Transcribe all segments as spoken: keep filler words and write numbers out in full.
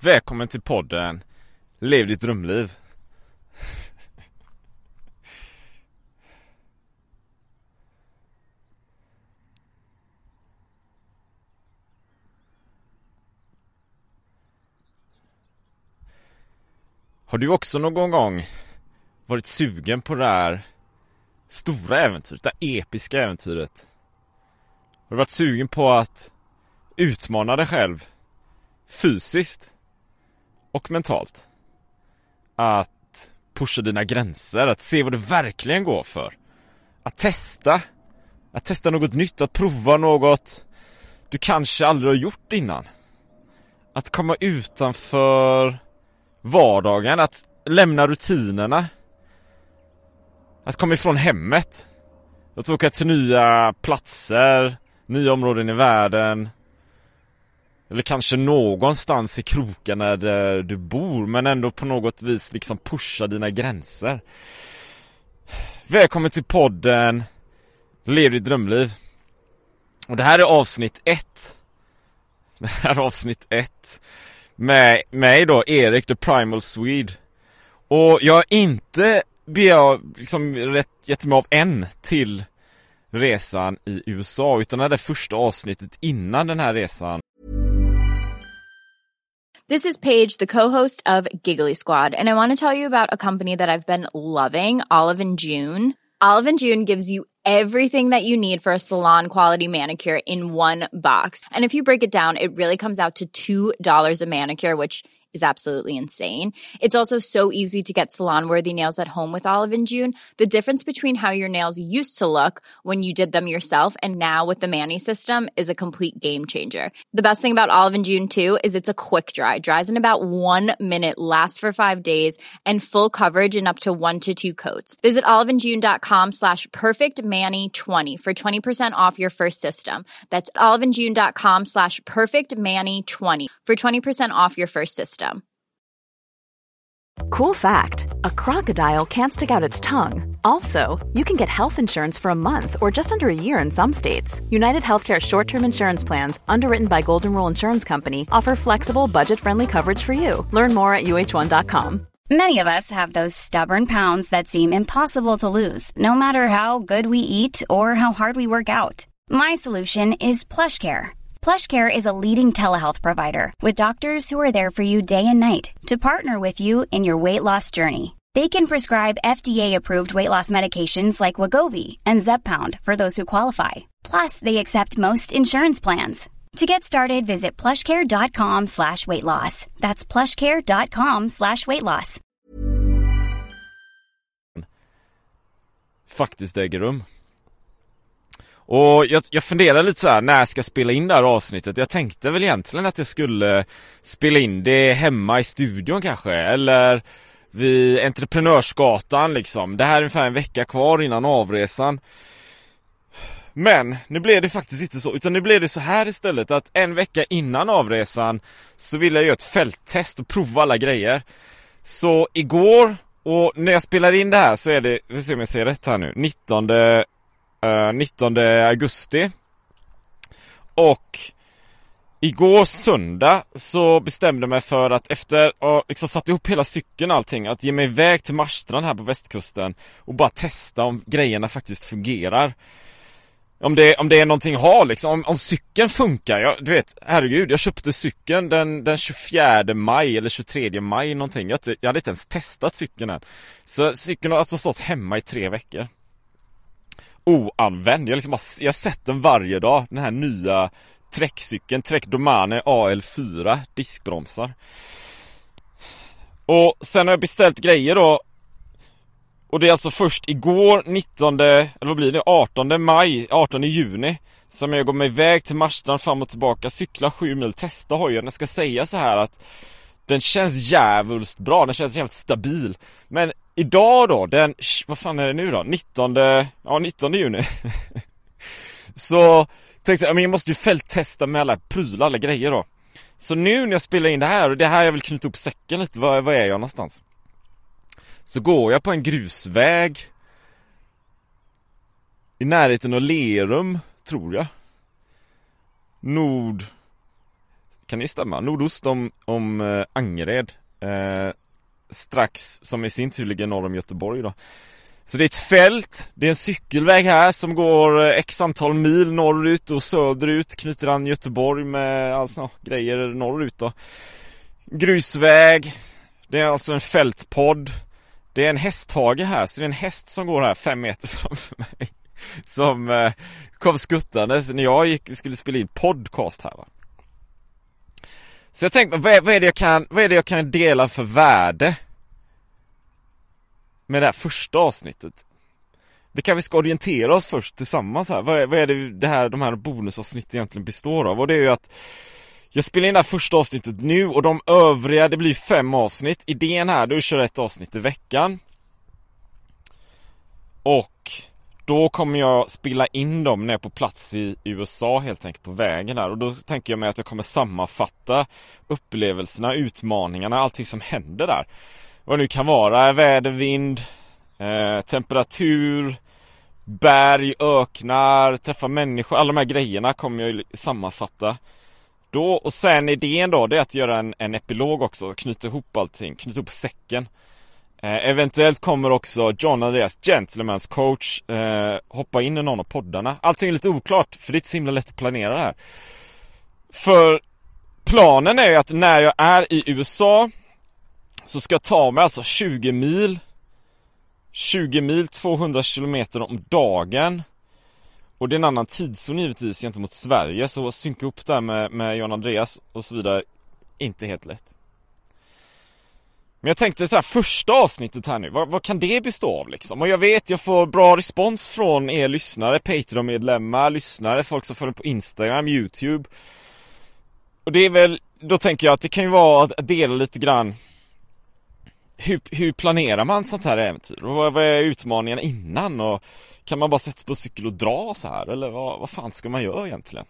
Välkommen till podden Lev ditt drömliv. Har du också någon gång varit sugen på det här stora äventyret, det här episka äventyret? Har du varit sugen på att utmana dig själv fysiskt och mentalt? Att pusha dina gränser, att se vad det verkligen går för. Att testa, att testa något nytt, att prova något du kanske aldrig har gjort innan. Att komma utanför vardagen, att lämna rutinerna. Att komma ifrån hemmet. Att åka till nya platser, nya områden i världen. Eller kanske någonstans i krokarna där du bor, men ändå på något vis liksom pusha dina gränser. Välkommen till podden Lev ditt drömliv. Och det här är avsnitt ett. Det här är avsnitt ett. Med mig då, Erik the Primal Swede. Och jag har inte begär, liksom, rätt, gett mig av än till resan i U S A, utan det är det första avsnittet innan den här resan. This is Paige, the co-host of Giggly Squad, and I want to tell you about a company that I've been loving, Olive and June. Olive and June gives you everything that you need for a salon quality manicure in one box. And if you break it down, it really comes out to two dollars a manicure, which is absolutely insane. It's also so easy to get salon-worthy nails at home with Olive and June. The difference between how your nails used to look when you did them yourself and now with the Mani system is a complete game changer. The best thing about Olive and June too is it's a quick dry. Dries in about one minute, lasts for five days, and full coverage in up to one to two coats. Visit oliveandjune.com slash perfectmani20 for twenty percent off your first system. That's oliveandjune.com slash perfectmani20 for twenty percent off your first system. Cool fact, a crocodile can't stick out its tongue. Also, you can get health insurance for a month or just under a year in some states. United Healthcare short-term insurance plans, underwritten by Golden Rule Insurance Company, offer flexible, budget-friendly coverage for you. Learn more at U H one dot com. Many of us have those stubborn pounds that seem impossible to lose, no matter how good we eat or how hard we work out. My solution is PlushCare. PlushCare is a leading telehealth provider with doctors who are there for you day and night to partner with you in your weight loss journey. They can prescribe F D A-approved weight loss medications like Wegovy and Zepbound for those who qualify. Plus, they accept most insurance plans. To get started, visit plushcare.com slash weight loss. That's plushcare.com slash weight loss. Faktiskt äger rum. Och jag, jag funderar lite så här, när jag ska spela in det här avsnittet. Jag tänkte väl egentligen att jag skulle spela in det hemma i studion kanske, eller vid Entreprenörsgatan liksom. Det här är ungefär en vecka kvar innan avresan. Men nu blev det faktiskt inte så, utan nu blev det så här istället, att en vecka innan avresan så ville jag göra ett fälttest och prova alla grejer. Så igår, och när jag spelar in det här så är det, vi ser om jag säger rätt här nu, nittonde nittonde augusti. Och igår söndag så bestämde jag mig för att efter att liksom satt ihop hela cykeln och allting, att ge mig iväg till Marstrand här på västkusten och bara testa om grejerna faktiskt fungerar. Om det, om det är någonting att ha liksom, om, om cykeln funkar. Jag, du vet, herregud, jag köpte cykeln den, den tjugofjärde maj eller tjugotredje maj någonting. Jag, jag hade inte ens testat cykeln än. Så cykeln har alltså stått hemma i tre veckor. Oanvänd. Jag, liksom bara, jag har sett den varje dag. Den här nya Trek-cykeln, Trek Domane A L fyra diskbromsar. Och sen har jag beställt grejer då. Och det är alltså först igår nittonde, eller vad blir det, artonde maj, artonde juni, som jag går med iväg till Marstrand fram och tillbaka, cykla sju mil, testa hojen. Jag ska säga så här att den känns jävligt bra, den känns jävligt stabil. Men idag då, den, vad fan är det nu då? nittonde, ja nittonde juni. Så tänkte jag, men jag måste ju fälttesta med alla prylar, alla grejer då. Så nu när jag spelar in det här, och det här jag vill knyta upp säcken lite, var, var är jag någonstans? Så går jag på en grusväg i närheten av Lerum, tror jag. Nord kan ni stämma? Nordost om, om eh, Angered. Eh, strax, som i sin tur ligger norr om Göteborg då. Så det är ett fält, det är en cykelväg här som går x antal mil norrut och söderut, knyter an Göteborg med alltså, grejer norrut då. Grusväg, det är alltså en fältpodd. Det är en hästhage här, så det är en häst som går här fem meter framför mig. Som eh, kom skuttandes när jag gick, skulle spela in podcast här va. Så jag tänkte, vad, vad, är det jag kan, vad är det jag kan dela för värde med det här första avsnittet? Vi kan vi ska orientera oss först tillsammans här. Vad är, vad är det, det här, de här bonusavsnitten egentligen består av? Och det är ju att jag spelar in det här första avsnittet nu och de övriga, det blir fem avsnitt. Idén här, då kör jag ett avsnitt i veckan. Och då kommer jag spela in dem när jag är på plats i U S A helt enkelt på vägen här. Och då tänker jag mig att jag kommer sammanfatta upplevelserna, utmaningarna, allting som händer där. Vad det nu kan vara, väder, vind, eh, temperatur, berg, öknar, träffa människor. Alla de här grejerna kommer jag sammanfatta. Då, och sen idén då, det är att göra en, en epilog också, knyta ihop allting, knyta ihop säcken. Eh, eventuellt kommer också John Andreas, Gentleman's coach, eh, hoppa in i någon av poddarna. Allting är lite oklart, för det är inte så himla lätt att planera det här. För planen är ju att när jag är i U S A så ska jag ta mig alltså tjugo mil, tjugo mil, tvåhundra kilometer om dagen. Och det är en annan tidszon givetvis gentemot Sverige, så att synka upp där med, med John Andreas och så vidare, inte helt lätt. Men jag tänkte så här, första avsnittet här nu, vad, vad kan det bestå av liksom? Och jag vet, jag får bra respons från er lyssnare, Patreon-medlemmar, lyssnare, folk som följer på Instagram, YouTube. Och det är väl, då tänker jag att det kan ju vara att dela lite grann hur, hur planerar man sånt här äventyr? Och vad, vad är utmaningarna innan? Och kan man bara sätta på cykel och dra så här? Eller vad, vad fan ska man göra egentligen?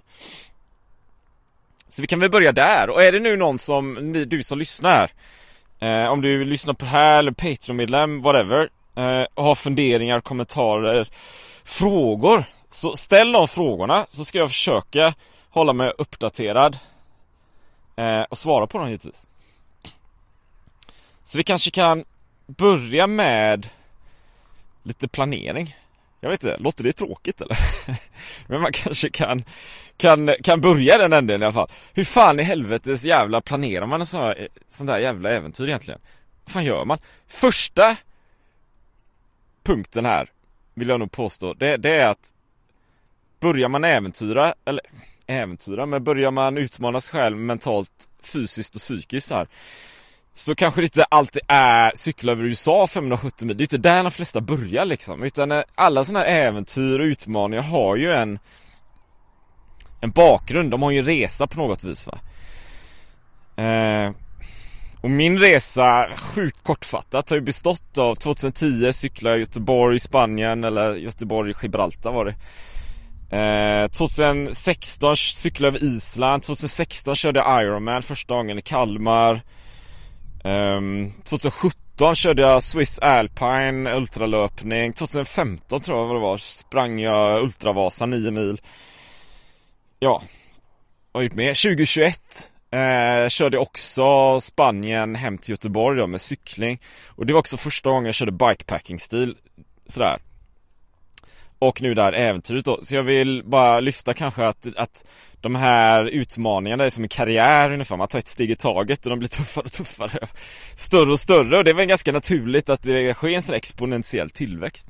Så vi kan väl börja där. Och är det nu någon som, du som lyssnar, eh, om du lyssnar på det här eller Patreon-medlem, whatever, eh, och har funderingar, kommentarer, frågor, så ställ de frågorna så ska jag försöka hålla mig uppdaterad eh, och svara på dem givetvis. Så vi kanske kan börja med lite planering. Jag vet inte, låter det tråkigt eller? Men man kanske kan, kan, kan börja den änden i alla fall. Hur fan i helvetes jävla planerar man en sån, här, sån där jävla äventyr egentligen? Vad fan gör man? Första punkten här, vill jag nog påstå, det, det är att börjar man äventyra, eller äventyra, men börjar man utmana sig själv mentalt, fysiskt och psykiskt så här, så kanske det inte alltid är cykla över U S A femhundrasjuttio mil. Det är inte där de flesta börjar liksom. Utan alla sådana här äventyr och utmaningar har ju en en bakgrund. De har ju en resa på något vis va. Eh, och min resa, sjukt kortfattat, har ju bestått av tjugohundratio cykla i Göteborg, Spanien, eller Göteborg, Gibraltar var det. Eh, tjugohundrasexton cykla över Island. tjugohundrasexton körde jag Ironman första gången i Kalmar. Um, tjugohundrasjutton körde jag Swiss Alpine ultralöpning. tjugohundrafemton tror jag vad det var, sprang jag Ultravasa nio mil. Ja, vad har jag gjort med? tjugohundratjugoett eh, körde jag också Spanien hem till Göteborg då, med cykling. Och det var också första gången jag körde bikepacking-stil sådär. Och nu där äventyret då. Så jag vill bara lyfta kanske att, att de här utmaningarna är som en karriär ungefär. Man tar ett steg i taget och de blir tuffare och tuffare. Större och större. Och det är väl ganska naturligt att det sker en sån exponentiell tillväxt.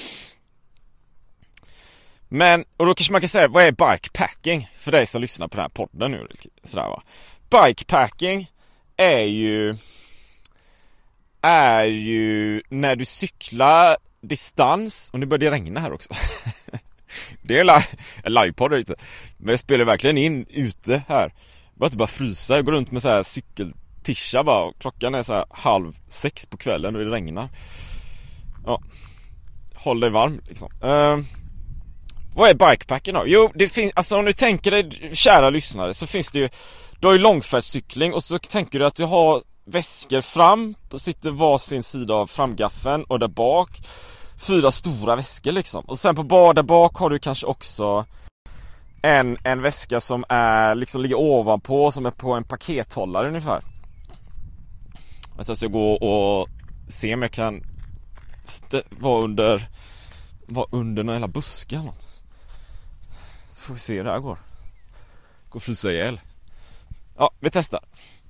Men, och då kanske man kan säga, vad är bikepacking? För dig som lyssnar på den här podden nu. Sådär, va? Bikepacking är ju är ju när du cyklar distans, och nu börjar det regna här också. Det är en, li- en livepodd ute. Men jag spelar verkligen in ute här. Bara inte bara frysa, jag går runt med så här cykeltisha bara, och klockan är så här halv sex på kvällen och det regnar. Ja, håll dig varm liksom. uh, Vad är bikepacking då? Jo, det finns, alltså om du tänker dig, kära lyssnare, så finns det ju, du har ju långfärdscykling och så tänker du att du har väskor fram, och sitter varsin sida av framgaffeln, och där bak fyra stora väskor liksom. Och sen på bar där bak har du kanske också en, en väska som är liksom ligger ovanpå, som är på en pakethållare ungefär. Jag ska gå och se om jag kan st- vara under vara under någon jävla buske eller något. Så får vi se hur det här går. Går frysa ihjäl. Ja, vi testar.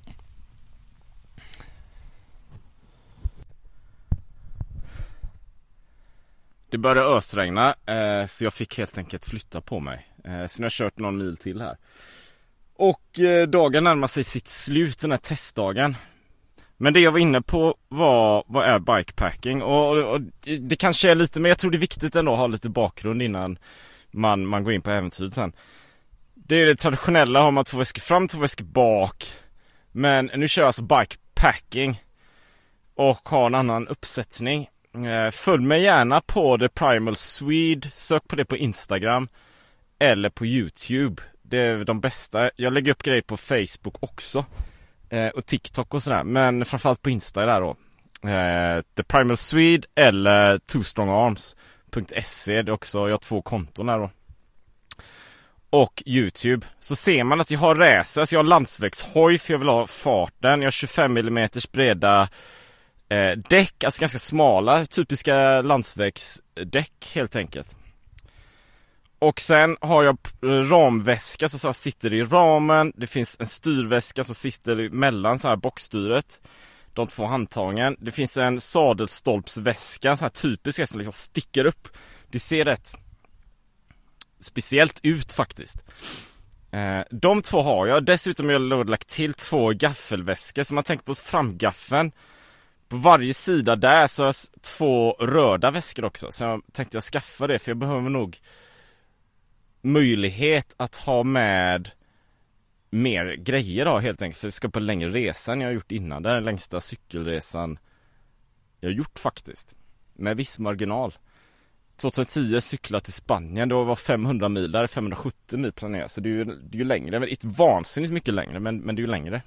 Det började ösregna eh, så jag fick helt enkelt flytta på mig. Eh, så nu har jag kört någon mil till här. Och eh, dagen närmar sig sitt slut, den här testdagen. Men det jag var inne på var, vad är bikepacking? Och, och, och det kanske är lite, men jag tror det är viktigt ändå att ha lite bakgrund innan man, man går in på äventyret sen. Det är det traditionella, har man två väskor fram, två väskor bak. Men nu kör jag alltså bikepacking och har en annan uppsättning. Följ mig gärna på The Primal Swede. Sök på det på Instagram eller på YouTube. Det är de bästa. Jag lägger upp grejer på Facebook också och TikTok och sådär. Men framförallt på Insta där då. The Primal Swede eller two strong arms punkt se. Det är också, jag har två konton där då. Och YouTube. Så ser man att jag har racer. Så jag har landsvägshoj för jag vill ha farten. Jag har tjugofem millimeter breda Eh, däck, alltså ganska smala, typiska landsvägsdäck helt enkelt. Och sen har jag ramväska som så sitter i ramen. Det finns en styrväska som sitter mellan så här boxstyret, de två handtagen. Det finns en sadelstolpsväska, så här typisk som liksom sticker upp. Det ser rätt speciellt ut faktiskt. Eh, de två har jag. Dessutom har jag lagt till två gaffelväskor. Så man tänker på framgaffeln. På varje sida där så har jag två röda väskor också. Så jag tänkte jag skaffa det, för jag behöver nog möjlighet att ha med mer grejer då, helt enkelt. För jag ska på längre resa än jag har gjort innan. Det är den längsta cykelresan jag har gjort faktiskt. Med viss marginal. tjugohundratio cyklar till Spanien. Det var femhundra mil, där är femhundrasjuttio mil planerat. Så det är ju, det är ju längre. Det är inte vansinnigt mycket längre, men, men det är ju längre.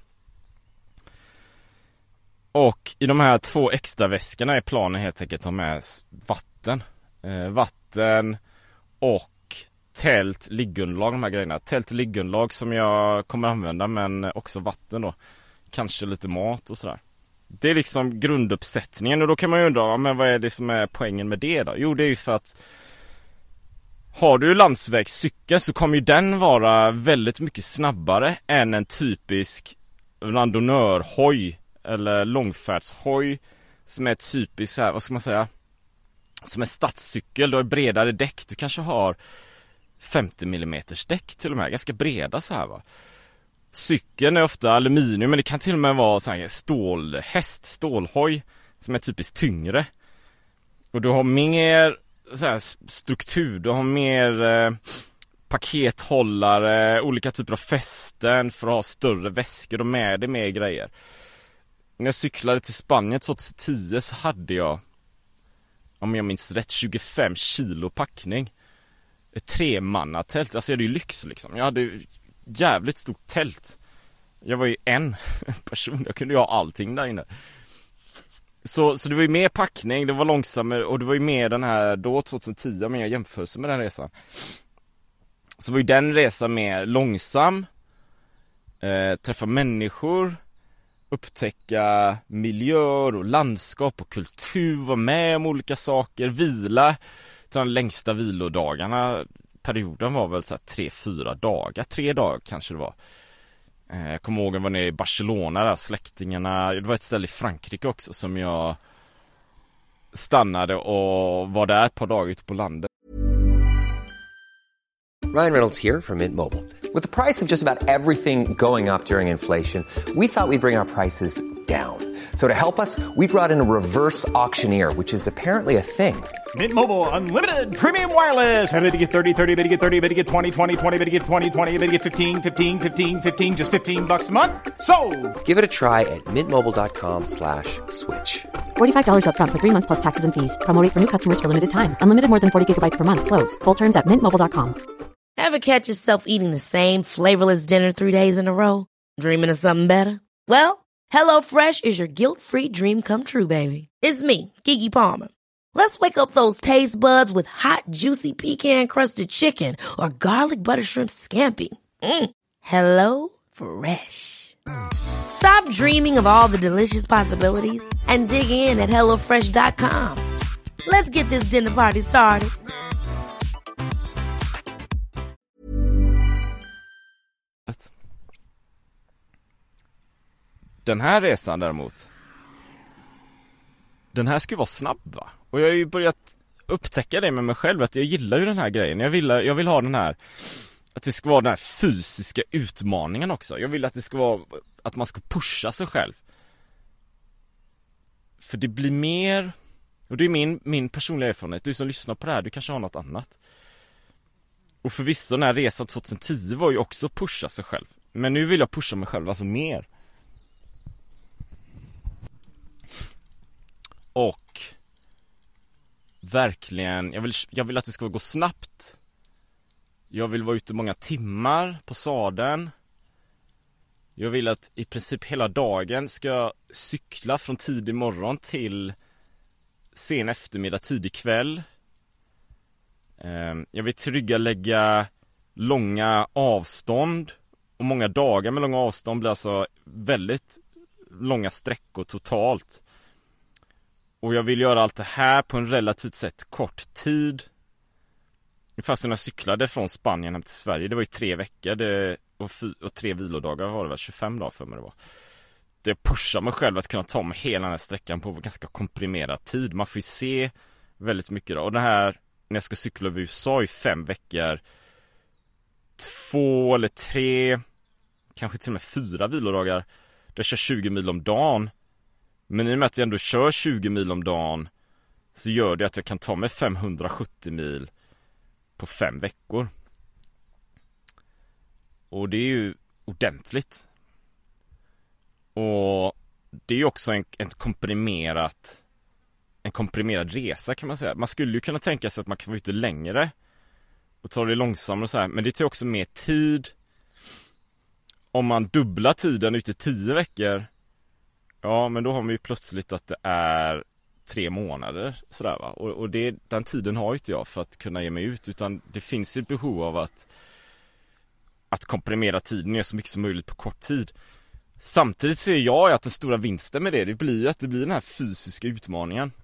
Och i de här två extra väskorna är planen helt enkelt att ha med vatten. Eh, vatten och tält, liggunderlag, de här grejerna. Tält och liggunderlag som jag kommer använda, men också vatten då. Kanske lite mat och sådär. Det är liksom grunduppsättningen, och då kan man ju undra, men vad är det som är poängen med det då? Jo, det är ju för att har du landsvägscykel så kommer ju den vara väldigt mycket snabbare än en typisk randonnörhoj eller långfärdshoj som är typiskt så här, vad ska man säga, som en stadscykel. Du har bredare däck, du kanske har femtio millimeter däck till och med, ganska breda så här va. Cykeln är ofta aluminium, men det kan till och med vara så här stålhäst, stålhoj som är typiskt tyngre. Och du har mer så här struktur, du har mer eh, pakethållare, olika typer av fästen för att ha större väskor och med det mer grejer. När jag cyklade till Spanien tjugohundratio så hade jag, om jag minns rätt, tjugofem kilo packning. Ett tremannatält, alltså jag hade ju lyx liksom. Jag hade ju jävligt stort tält. Jag var ju en person, jag kunde ju ha allting där inne. Så, så det var ju mer packning, det var långsammare, och det var ju mer den här då tjugohundratio, men jag jämförelse med den resan. Så var ju den resan mer långsam, eh, träffa människor, upptäcka miljöer och landskap och kultur, vara med om olika saker, vila. De längsta vilodagarna, perioden var väl så här tre, fyra dagar, tre dagar kanske det var. Eh, jag kommer ihåg att jag var nere i Barcelona där, släktingarna, det var ett ställe i Frankrike också som jag stannade och var där ett par dagar ute på landet. Ryan Reynolds here from Mint Mobile. With the price of just about everything going up during inflation, we thought we'd bring our prices down. So to help us, we brought in a reverse auctioneer, which is apparently a thing. Mint Mobile Unlimited Premium Wireless. How to get thirty, thirty, how to get thirty, how to get twenty, twenty, twenty, how to get twenty, twenty, how to get fifteen, fifteen, fifteen, fifteen, just fifteen bucks a month? Sold! Give it a try at mintmobile.com slash switch. forty-five dollars up front for three months plus taxes and fees. Promo rate for new customers for limited time. Unlimited more than forty gigabytes per month. Slows full terms at mint mobile dot com. Ever catch yourself eating the same flavorless dinner three days in a row? Dreaming of something better? Well, HelloFresh is your guilt-free dream come true, baby. It's me, Keke Palmer. Let's wake up those taste buds with hot, juicy pecan-crusted chicken or garlic butter shrimp scampi. Mm. Hello Fresh. Stop dreaming of all the delicious possibilities and dig in at hello fresh dot com. Let's get this dinner party started. Den här resan däremot, den här ska ju vara snabb, va? Och jag har ju börjat upptäcka det med mig själv, att jag gillar ju den här grejen. Jag vill, jag vill ha den här, att det ska vara den här fysiska utmaningen också. Jag vill att det ska vara, att man ska pusha sig själv. För det blir mer, och det är min, min personliga erfarenhet. Du som lyssnar på det här, du kanske har något annat. Och förvisso den här resan tjugohundratio var ju också pusha sig själv. Men nu vill jag pusha mig själv, alltså mer. Och verkligen, jag vill, jag vill att det ska gå snabbt. Jag vill vara ute många timmar på sadeln. Jag vill att i princip hela dagen ska cykla från tidig morgon till sen eftermiddag, tidig kväll. Jag vill trygga lägga långa avstånd. Och många dagar med långa avstånd blir alltså väldigt långa sträckor totalt. Och jag vill göra allt det här på en relativt sett kort tid. Ungefär som jag cyklade från Spanien hem till Sverige. Det var ju tre veckor det, och, fy, och tre vilodagar var det väl, tjugofem dagar för mig det var. Det pushar mig själv att kunna ta mig hela den här sträckan på ganska komprimerad tid. Man får ju se väldigt mycket då. Och det här, när jag ska cykla över U S A i fem veckor, två eller tre, kanske till och med fyra vilodagar, där jag kör tjugo mil om dagen. Men i och med att jag ändå kör tjugo mil om dagen, så gör det att jag kan ta mig femhundrasjuttio mil på fem veckor. Och det är ju ordentligt. Och det är ju också en, en komprimerat en komprimerad resa, kan man säga. Man skulle ju kunna tänka sig att man kan vara ute längre och ta det långsammare och så här, men det tar också mer tid. Om man dubblar tiden ute i tio veckor, ja, men då har man ju plötsligt att det är tre månader sådär, va. Och, och det, den tiden har ju inte jag för att kunna ge mig ut, utan det finns ju ett behov av att att komprimera tiden och göra så mycket som möjligt på kort tid. Samtidigt ser jag att den stora vinsten med det, det blir att det blir den här fysiska utmaningen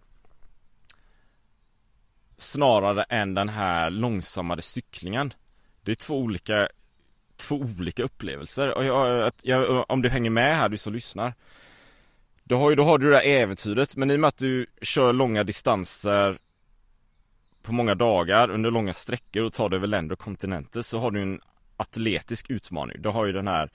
snarare än den här långsammare cyklingen. Det är två olika två olika upplevelser. Och jag, jag, om du hänger med här, du som lyssnar, Då har, ju, då har du det där äventyret. Men i och med att du kör långa distanser på många dagar under långa sträckor och tar dig över länder och kontinenter, så har du en atletisk utmaning. Du har ju den här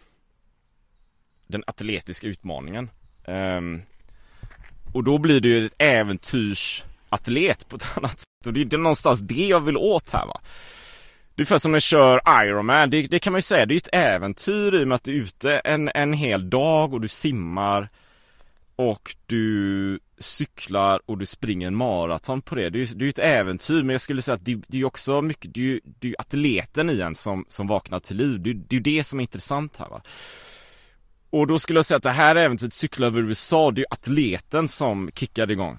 den atletiska utmaningen. Um, och då blir det ju ett äventyrsatlet på ett annat sätt. Och det är, det är någonstans det jag vill åt här, va. Det är för som när jag kör Ironman. Det, det kan man ju säga, det är ett äventyr i och med att du är ute en, en hel dag och du simmar och du cyklar och du springer en maraton på det. Det är ju ett äventyr, men jag skulle säga att det, det är också mycket, det är ju det är atleten i en som, som vaknar till liv. Det, det är ju det som är intressant här, va. Och då skulle jag säga att det här äventyret, cykla över U S A, det är ju atleten som kickade igång.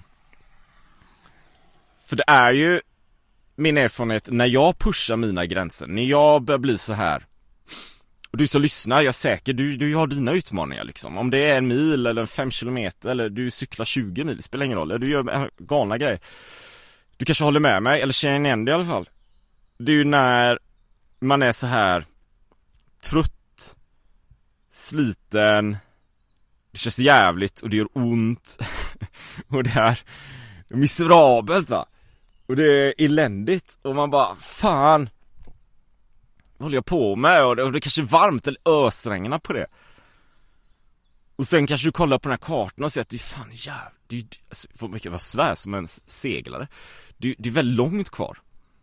För det är ju min erfarenhet när jag pushar mina gränser, när jag börjar bli så här. Och du som lyssnar, jag är säker, du, du har dina utmaningar liksom. Om det är en mil eller fem kilometer eller du cyklar tjugo mil, det spelar ingen roll. Eller du gör galna grejer. Du kanske håller med mig, eller känner igen det i alla fall. Det är ju när man är så här trött, sliten, det känns jävligt och det gör ont. Och det är miserabelt, va. Och det är eländigt. Och man bara, fan, vad håller jag på med? Och det, och det kanske är varmt eller ösregnar på det. Och sen kanske du kollar på den här kartan och ser att det är fan jävligt, det är, alltså, får mycket vara svär som en seglare. Det, det är väldigt långt kvar.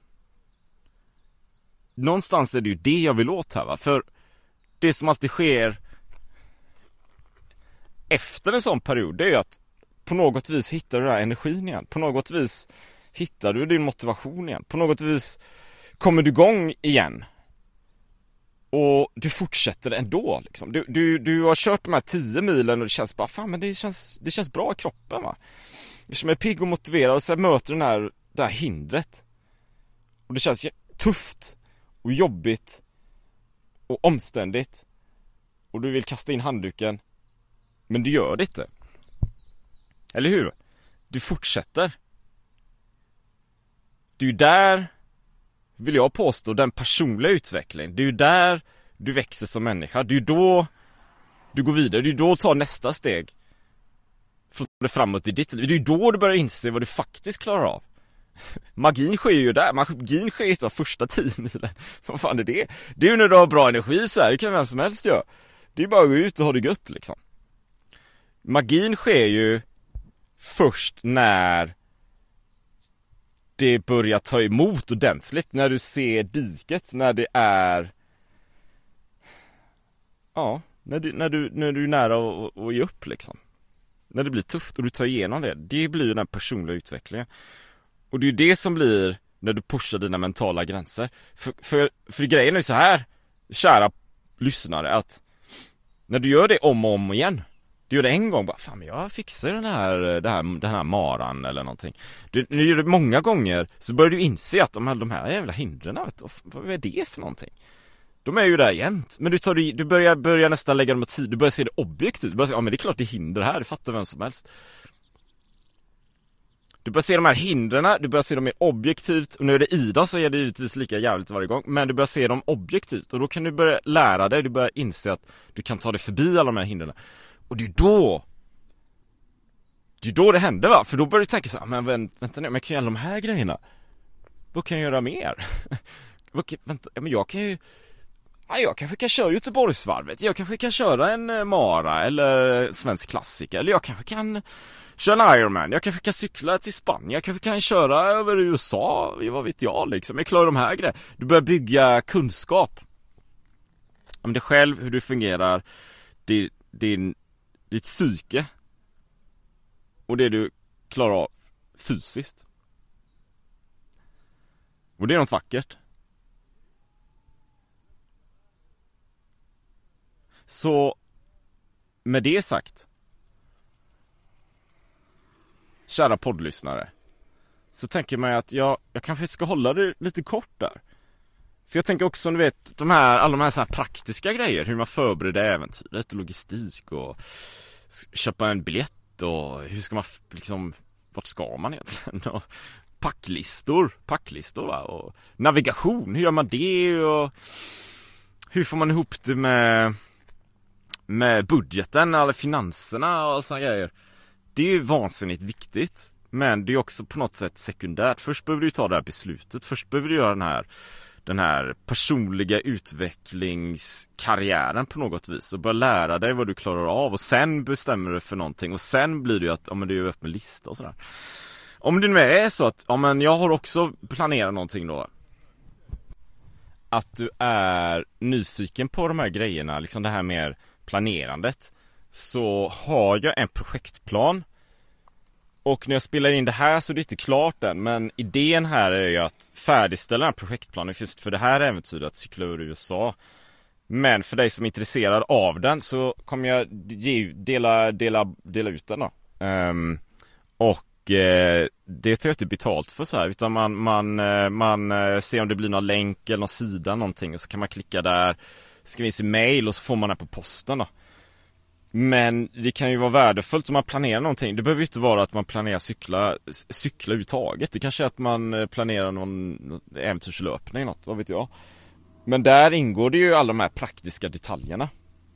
Någonstans är det ju det jag vill åt här, va. För det som alltid sker efter en sån period, det är ju att på något vis hittar du den här energin igen. På något vis hittar du din motivation igen. På något vis kommer du igång igen. Och du fortsätter ändå liksom. Du, du, du har kört de här tio milen och det känns bara, fan, men det känns, det känns bra i kroppen, va. Jag känner mig pigg och motiverad och så möter den här, det här hindret. Och det känns tufft och jobbigt och omständigt. Och du vill kasta in handduken. Men du gör det inte. Eller hur? Du fortsätter. Det är ju där, vill jag påstå, den personliga utvecklingen. Det är ju där du växer som människa. Det är ju då du går vidare. Det är ju då du tar nästa steg. Från det framåt i ditt liv. Det är ju då du börjar inse vad du faktiskt klarar av. Magin sker ju där. Magin sker ju av första tio milen. Vad fan är det? Det är ju när du har bra energi så här. Det kan vem som helst göra. Det är bara att gå ut och ha det gött liksom. Magin sker ju först när det börjar ta emot ordentligt. När du ser diket. När det är... Ja, när du, när du, när du är nära att, att ge upp liksom. När det blir tufft och du tar igenom det. Det blir ju den personliga utvecklingen. Och det är ju det som blir när du pushar dina mentala gränser. För, för, för grejen är ju så här, kära lyssnare, att när du gör det om och om igen. Du gör det en gång, bara fan jag fixar den här, det här, den här maran eller någonting. Du, när du gör det många gånger så börjar du inse att de här, de här jävla hindren, vet du, vad är det för någonting? De är ju där jämt. Men du, tar, du börjar, börjar nästan lägga dem åt tid. Du börjar se det objektivt. Du börjar säga, ja men det är klart det är hinder här. Det fattar vem som helst. Du börjar se de här hindren. Du börjar se dem mer objektivt. Och nu är det Ida så är det givetvis lika jävligt varje gång. Men du börjar se dem objektivt. Och då kan du börja lära dig. Du börjar inse att du kan ta dig förbi alla de här hindren. Och det är då Det är då det händer, va? För då börjar du tänka så här, men vänta nu, men jag kan göra de här grejerna. Vad kan jag göra mer? vänta, men jag kan ju Ja, jag kanske kan köra Göteborgsvarvet. Jag kanske kan köra en Mara eller svensk klassiker. Eller jag kanske kan köra en Ironman. Jag kanske kan cykla till Spanien. Jag kanske kan köra över U S A. Vad vet jag liksom. Jag klarar de här grejerna. Du börjar bygga kunskap om dig själv, hur du fungerar, din, din, ditt psyke och det du klarar av fysiskt. Och det är något vackert. Så med det sagt, kära poddlyssnare, så tänker man att jag, jag kanske ska hålla det lite kort där. För jag tänker också, ni vet, de här, alla de här, så här praktiska grejer, hur man förbereder äventyret och logistik och köpa en biljett och hur ska man liksom, vart ska man egentligen? Och packlistor, packlistor va? Och navigation, hur gör man det? Och hur får man ihop det med med budgeten eller finanserna och såna grejer. Det är ju vansinnigt viktigt, men det är också på något sätt sekundärt. Först behöver du ta det här beslutet. Först behöver du göra den här den här personliga utvecklingskarriären på något vis och börja lära dig vad du klarar av, och sen bestämmer du för någonting, och sen blir det ju att, ja men det är ju upp med lista och sådär. Om det nu är så att, ja men jag har också planerat någonting då, att du är nyfiken på de här grejerna, liksom det här med planerandet, så har jag en projektplan. Och när jag spelar in det här så är det inte klart än, men idén här är ju att färdigställa den här projektplanen just för det här äventyret, att cykla över U S A. Men för dig som är intresserad av den så kommer jag ge, dela, dela, dela ut den då. Um, och uh, det tar jag inte betalt för så här, utan man, man, uh, man uh, ser om det blir någon länk eller någon sida någonting, och så kan man klicka där, skriva in sin mail och så får man den på posten då. Men det kan ju vara värdefullt om man planerar någonting. Det behöver ju inte vara att man planerar cykla cykla överhuvudtaget. Det kanske är att man planerar någon äventyrslöpning, något, vad vet jag. Men där ingår det ju alla de här praktiska detaljerna.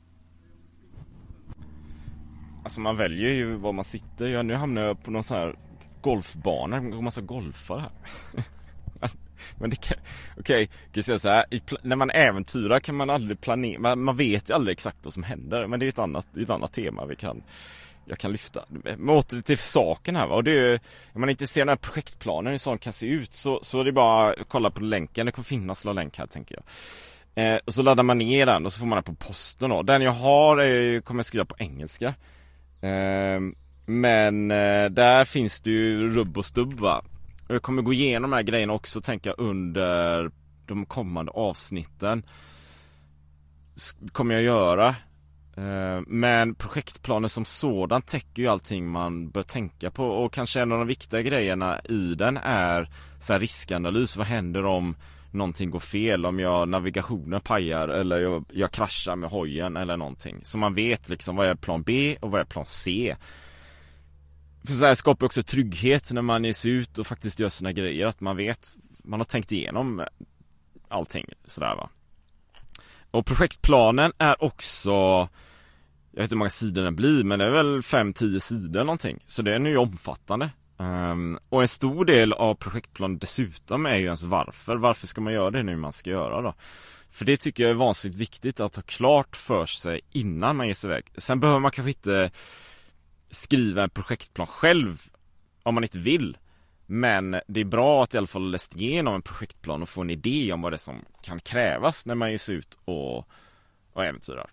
Alltså man väljer ju var man sitter. Ja, nu hamnar jag på någon sån här golfbana. Det går massa golfare här. Men det kan, okej, okay, kan jag säga så här, när man äventyrar kan man aldrig planera, man, man vet ju aldrig exakt vad som händer, men det är ett annat, det är ett annat tema vi kan, jag kan lyfta. Men åter till saken här va, och det är, om man inte ser den här projektplanen hur sån kan se ut, så, så är det bara att kolla på länken, det kommer finnas en länk här tänker jag. Eh, och så laddar man ner den och så får man den på posten då. Den jag har är, kommer jag skriva på engelska. Eh, men eh, där finns det ju rubb och stubb va. Jag kommer gå igenom de här grejerna också, tänker jag, under de kommande avsnitten. Kommer jag göra Men projektplanen som sådan täcker ju allting man bör tänka på. Och kanske en av de viktiga grejerna i den är så här riskanalys. Vad händer om någonting går fel? Om jag navigationen pajar eller jag, jag kraschar med hojen eller någonting. Så man vet liksom vad är plan B och vad är plan C. För så här skapar också trygghet när man ger sig ut och faktiskt gör sina grejer. Att man vet, man har tänkt igenom allting sådär va. Och projektplanen är också, jag vet inte hur många sidor den blir, men det är väl fem till tio sidor någonting. Så det är nu omfattande. Um, och en stor del av projektplanen dessutom är ju ens varför. Varför ska man göra det nu man ska göra då? För det tycker jag är vansinnigt viktigt att ha klart för sig innan man ger sig iväg. Sen behöver man kanske inte skriva en projektplan själv om man inte vill. Men det är bra att i alla fall läst igenom en projektplan och få en idé om vad det är som kan krävas när man ger sig ut och, och äventyrar.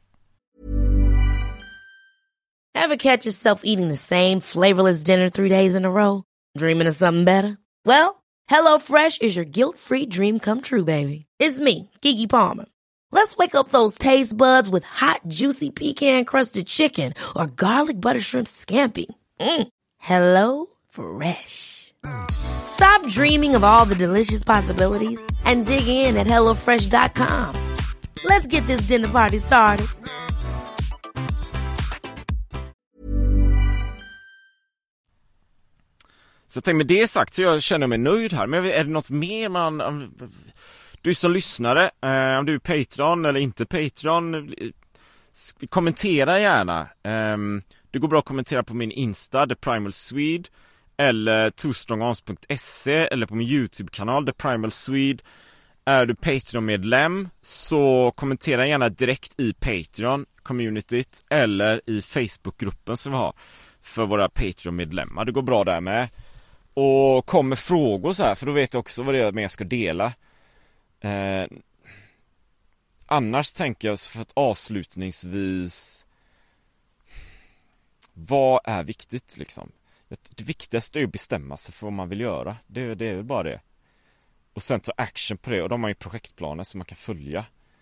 Ever catch yourself eating the same flavorless dinner three days in a row? Dreaming of something better? Well, HelloFresh is your guilt-free dream come true, baby. It's me, Keke Palmer. Let's wake up those taste buds with hot, juicy pecan-crusted chicken or garlic butter shrimp scampi. Mm. Hello Fresh. Stop dreaming of all the delicious possibilities and dig in at hello fresh dot com. Let's get this dinner party started. Så tänk med det sagt så jag känner mig nöjd här. Men är det något mer man... Du som lyssnare, eh, om du är Patreon eller inte Patreon, kommentera gärna. Eh, det går bra att kommentera på min Insta, The Primal Swede, eller two strong arms dot se, eller på min YouTube-kanal The Primal Swede. Är du Patreon-medlem så kommentera gärna direkt i Patreon-communityt eller i Facebook-gruppen som vi har för våra Patreon-medlemmar. Det går bra där med. Och kom med frågor så här, för då vet jag också vad det är med jag ska dela. Eh, annars tänker jag för att avslutningsvis, vad är viktigt liksom? Det viktigaste är att bestämma sig för vad man vill göra. Det, det är väl bara det. Och sen ta action på det. Och de har ju projektplaner som man kan följa.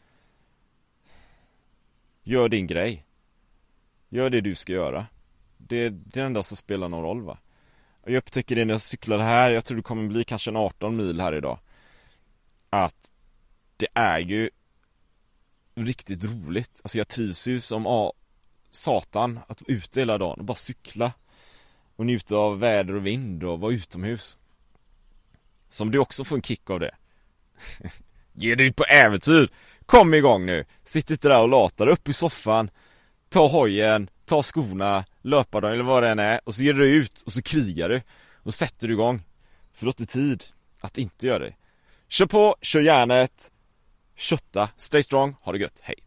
Gör din grej. Gör det du ska göra. Det är det enda som spelar någon roll va. Och jag upptäcker det när jag cyklar här. Jag tror det kommer bli kanske en arton mil här idag. Att det är ju riktigt roligt. Alltså jag trivs ju som ah, satan att vara ute hela dagen och bara cykla. Och njuta av väder och vind och vara utomhus. Som du också får en kick av det. Ge dig ut på äventyr. Kom igång nu. Sitt inte där och latar upp i soffan. Ta hojen, ta skorna, löpa dem eller vad det än är. Och så ger du ut och så krigar du. Och sätter du igång. För då är det tid att inte göra det. Kör på, kör järnet. Kötta, stay strong, ha det gött, hej.